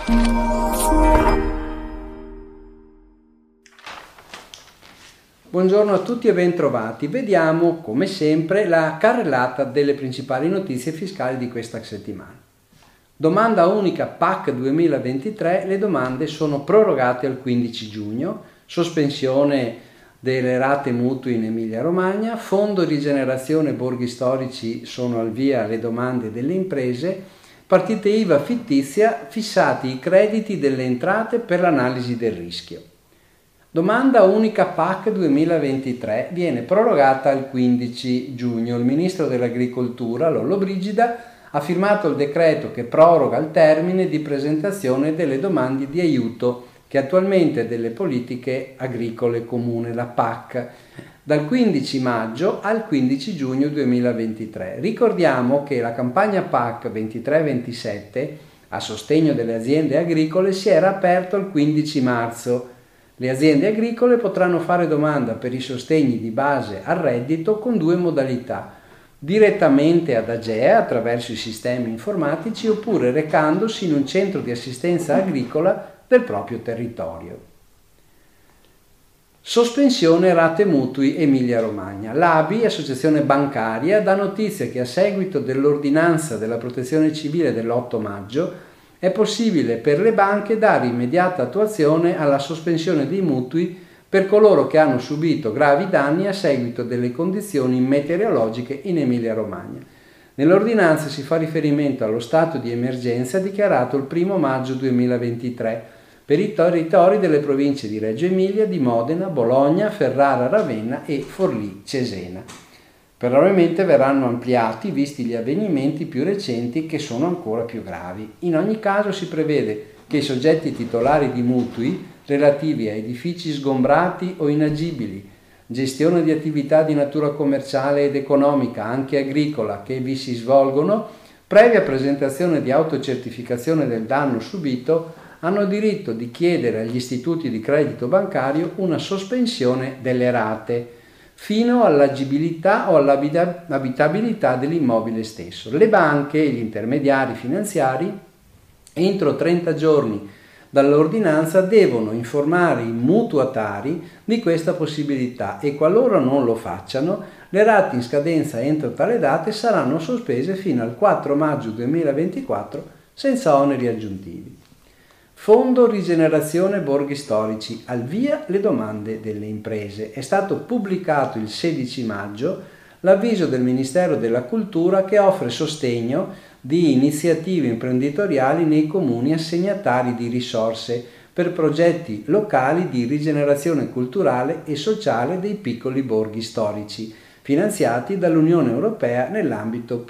Buongiorno a tutti e bentrovati. Vediamo, come sempre, la carrellata delle principali notizie fiscali di questa settimana. Domanda unica PAC 2023, le domande sono prorogate al 15 giugno, sospensione delle rate mutui in Emilia Romagna, fondo rigenerazione borghi storici, sono al via le domande delle imprese, partite IVA fittizia, fissati i crediti delle entrate per l'analisi del rischio. Domanda unica PAC 2023 viene prorogata al 15 giugno. Il ministro dell'Agricoltura, Lollobrigida, ha firmato il decreto che proroga il termine di presentazione delle domande di aiuto che attualmente delle politiche agricole comune, la PAC, dal 15 maggio al 15 giugno 2023. Ricordiamo che la campagna PAC 23-27 a sostegno delle aziende agricole si era aperta il 15 marzo. Le aziende agricole potranno fare domanda per i sostegni di base al reddito con due modalità: direttamente ad AGEA attraverso i sistemi informatici oppure recandosi in un centro di assistenza agricola del proprio territorio. Sospensione rate mutui Emilia Romagna. L'ABI, Associazione Bancaria, dà notizia che a seguito dell'ordinanza della Protezione Civile dell'8 maggio è possibile per le banche dare immediata attuazione alla sospensione dei mutui per coloro che hanno subito gravi danni a seguito delle condizioni meteorologiche in Emilia-Romagna. Nell'ordinanza si fa riferimento allo stato di emergenza dichiarato il 1 maggio 2023 per i territori delle province di Reggio Emilia, di Modena, Bologna, Ferrara, Ravenna e Forlì-Cesena. Probabilmente verranno ampliati visti gli avvenimenti più recenti che sono ancora più gravi. In ogni caso si prevede che i soggetti titolari di mutui relativi a edifici sgombrati o inagibili, gestione di attività di natura commerciale ed economica, anche agricola, che vi si svolgono, previa presentazione di autocertificazione del danno subito, hanno diritto di chiedere agli istituti di credito bancario una sospensione delle rate fino all'agibilità o all'abitabilità dell'immobile stesso. Le banche e gli intermediari finanziari, entro 30 giorni dall'ordinanza, devono informare i mutuatari di questa possibilità e qualora non lo facciano, le rate in scadenza entro tale date saranno sospese fino al 4 maggio 2024 senza oneri aggiuntivi. Fondo rigenerazione borghi storici, al via le domande delle imprese. È stato pubblicato il 16 maggio l'avviso del Ministero della Cultura che offre sostegno di iniziative imprenditoriali nei comuni assegnatari di risorse per progetti locali di rigenerazione culturale e sociale dei piccoli borghi storici, finanziati dall'Unione Europea nell'ambito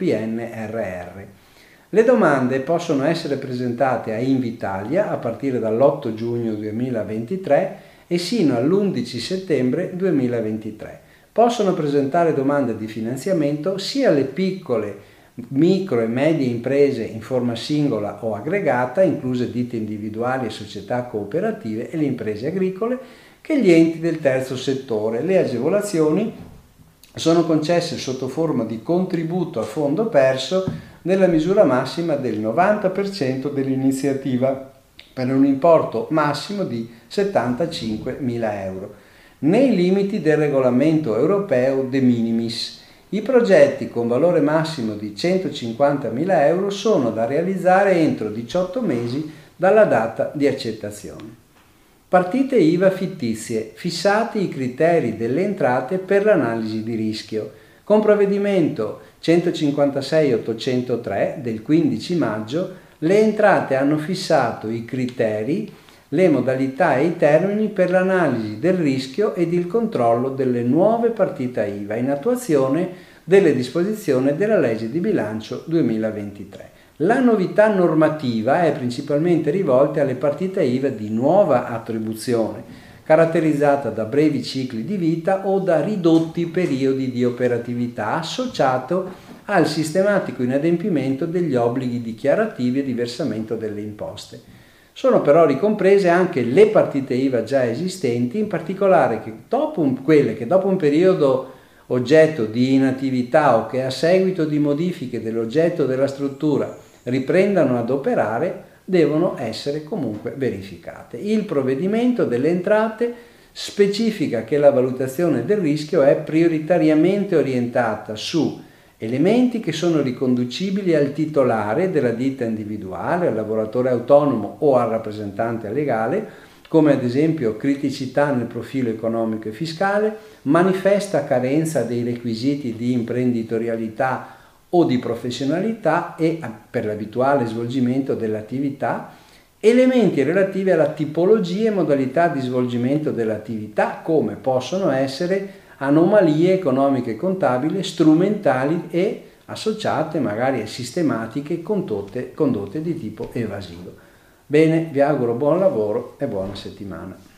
PNRR. Le domande possono essere presentate a Invitalia a partire dall'8 giugno 2023 e sino all'11 settembre 2023. Possono presentare domande di finanziamento sia le piccole, micro e medie imprese in forma singola o aggregata, incluse ditte individuali e società cooperative, e le imprese agricole, che gli enti del terzo settore. Le agevolazioni sono concesse sotto forma di contributo a fondo perso nella misura massima del 90% dell'iniziativa per un importo massimo di 75.000 euro, nei limiti del regolamento europeo de minimis. I progetti con valore massimo di 150.000 euro sono da realizzare entro 18 mesi dalla data di accettazione. Partite IVA fittizie, fissati i criteri delle entrate per l'analisi di rischio. Con provvedimento 156.803 del 15 maggio, le entrate hanno fissato i criteri, le modalità e i termini per l'analisi del rischio ed il controllo delle nuove partite IVA in attuazione delle disposizioni della legge di bilancio 2023. La novità normativa è principalmente rivolta alle partite IVA di nuova attribuzione, caratterizzata da brevi cicli di vita o da ridotti periodi di operatività associato al sistematico inadempimento degli obblighi dichiarativi e di versamento delle imposte. Sono però ricomprese anche le partite IVA già esistenti, in particolare quelle che dopo un periodo oggetto di inattività o che a seguito di modifiche dell'oggetto della struttura riprendano ad operare devono essere comunque verificate. Il provvedimento delle entrate specifica che la valutazione del rischio è prioritariamente orientata su elementi che sono riconducibili al titolare della ditta individuale, al lavoratore autonomo o al rappresentante legale, come ad esempio criticità nel profilo economico e fiscale, manifesta carenza dei requisiti di imprenditorialità o di professionalità e per l'abituale svolgimento dell'attività, elementi relativi alla tipologia e modalità di svolgimento dell'attività, come possono essere anomalie economiche e contabili, strumentali e associate magari a sistematiche condotte di tipo evasivo. Bene, vi auguro buon lavoro e buona settimana.